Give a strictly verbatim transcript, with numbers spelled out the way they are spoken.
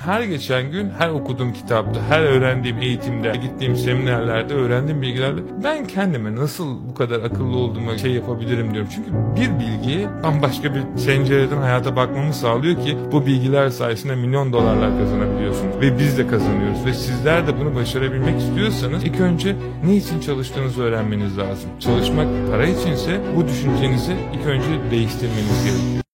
her geçen gün, her okuduğum kitapta, her öğrendiğim eğitimde, gittiğim seminerlerde öğrendiğim bilgilerle ben kendime nasıl bu kadar akıllı olduğuma şey yapabilirim diyorum. Çünkü bir bilgi bambaşka bir pencereden hayata bakmamı sağlıyor ki bu bilgiler sayesinde milyon dolarlar kazanabiliyorsunuz ve biz de kazanıyoruz ve sizler de bunu başarabilmek istiyorsanız ilk önce ne için çalıştığınızı öğrenmeniz lazım. Çalışmak para içinse bu düşüncenizi ilk önce değiştirmeniz gerekiyor.